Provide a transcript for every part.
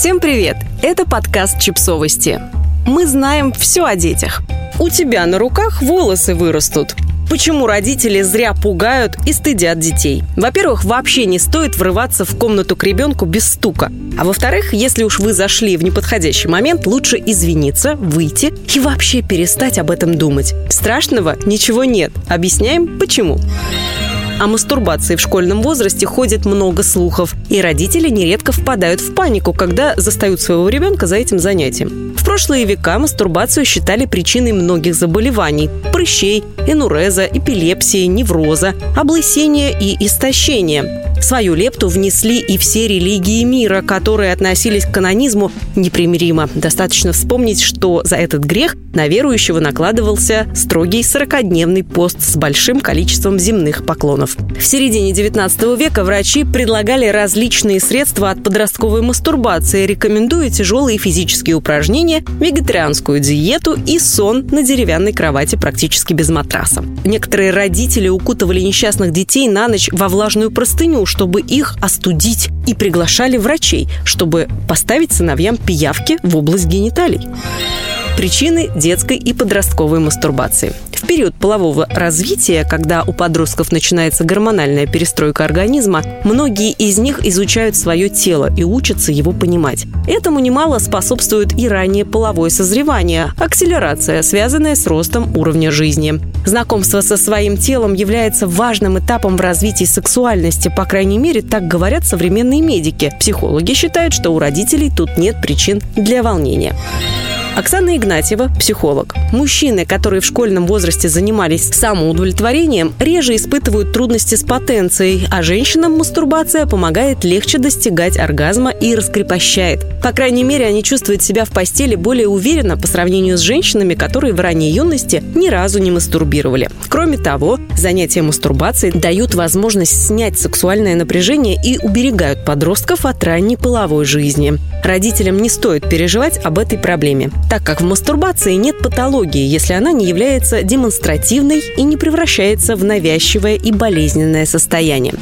Всем привет! Это подкаст «Чипсовости». Мы знаем все о детях. У тебя на руках волосы вырастут. Почему родители зря пугают и стыдят детей? Во-первых, вообще не стоит врываться в комнату к ребенку без стука. А во-вторых, если уж вы зашли в неподходящий момент, лучше извиниться, выйти и вообще перестать об этом думать. Страшного ничего нет. Объясняем, почему. О мастурбации в школьном возрасте ходит много слухов, и родители нередко впадают в панику, когда застают своего ребенка за этим занятием. В прошлые века мастурбацию считали причиной многих заболеваний – прыщей, энуреза, эпилепсии, невроза, облысения и истощения. Свою лепту внесли и все религии мира, которые относились к канонизму непримиримо. Достаточно вспомнить, что за этот грех на верующего накладывался строгий 40-дневный пост с большим количеством земных поклонов. В середине 19 века врачи предлагали различные средства от подростковой мастурбации, рекомендуя тяжелые физические упражнения, вегетарианскую диету и сон на деревянной кровати практически без матраса. Некоторые родители укутывали несчастных детей на ночь во влажную простыню, чтобы их остудить, и приглашали врачей, чтобы поставить сыновьям пиявки в область гениталий. Причины детской и подростковой мастурбации. В период полового развития, когда у подростков начинается гормональная перестройка организма, многие из них изучают свое тело и учатся его понимать. Этому немало способствует и раннее половое созревание, акселерация, связанная с ростом уровня жизни. Знакомство со своим телом является важным этапом в развитии сексуальности, по крайней мере, так говорят современные медики. Психологи считают, что у родителей тут нет причин для волнения. Оксана Игнатьева – психолог. Мужчины, которые в школьном возрасте занимались самоудовлетворением, реже испытывают трудности с потенцией, а женщинам мастурбация помогает легче достигать оргазма и раскрепощает. По крайней мере, они чувствуют себя в постели более уверенно по сравнению с женщинами, которые в ранней юности ни разу не мастурбировали. Кроме того, занятия мастурбацией дают возможность снять сексуальное напряжение и уберегают подростков от ранней половой жизни. Родителям не стоит переживать об этой проблеме, так как в мастурбации нет патологии, если она не является демонстративной и не превращается в навязчивое и болезненное состояние.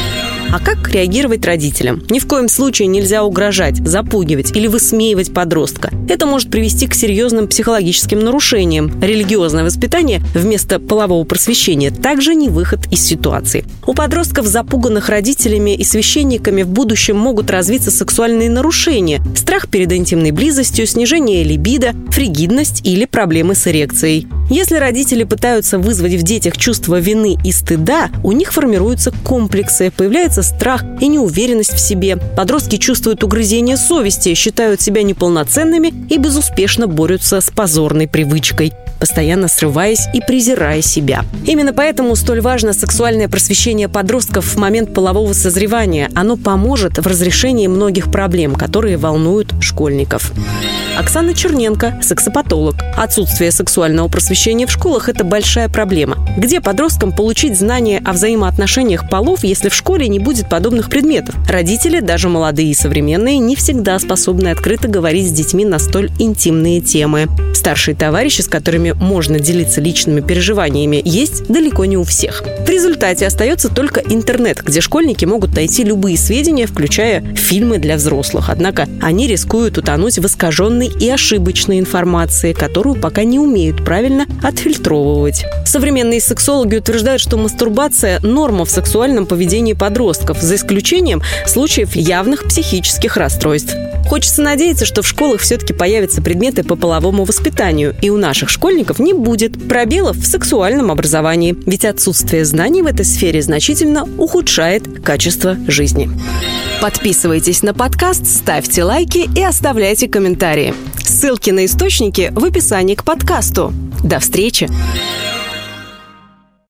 А как реагировать родителям? Ни в коем случае нельзя угрожать, запугивать или высмеивать подростка. Это может привести к серьезным психологическим нарушениям. Религиозное воспитание вместо полового просвещения также не выход из ситуации. У подростков, запуганных родителями и священниками, в будущем могут развиться сексуальные нарушения, страх перед интимной близостью, снижение либидо, фригидность или проблемы с эрекцией. Если родители пытаются вызвать в детях чувство вины и стыда, у них формируются комплексы, появляется страх и неуверенность в себе. Подростки чувствуют угрызение совести, считают себя неполноценными и безуспешно борются с позорной привычкой, постоянно срываясь и презирая себя. Именно поэтому столь важно сексуальное просвещение подростков в момент полового созревания. Оно поможет в разрешении многих проблем, которые волнуют школьников. Оксана Черненко – сексопатолог. Отсутствие сексуального просвещения в школах – это большая проблема. Где подросткам получить знания о взаимоотношениях полов, если в школе не будет подобных предметов? Родители, даже молодые и современные, не всегда способны открыто говорить с детьми на столь интимные темы. Старшие товарищи, с которыми можно делиться личными переживаниями, есть далеко не у всех. В результате остается только интернет, где школьники могут найти любые сведения, включая фильмы для взрослых. Однако они рискуют утонуть в искаженной и ошибочной информации, которую пока не умеют правильно отфильтровывать. Современные сексологи утверждают, что мастурбация – норма в сексуальном поведении подростков, за исключением случаев явных психических расстройств. Хочется надеяться, что в школах все-таки появятся предметы по половому воспитанию, и у наших школьников не будет пробелов в сексуальном образовании, ведь отсутствие знаний в этой сфере значительно ухудшает качество жизни. Подписывайтесь на подкаст, ставьте лайки и оставляйте комментарии. Ссылки на источники в описании к подкасту. До встречи!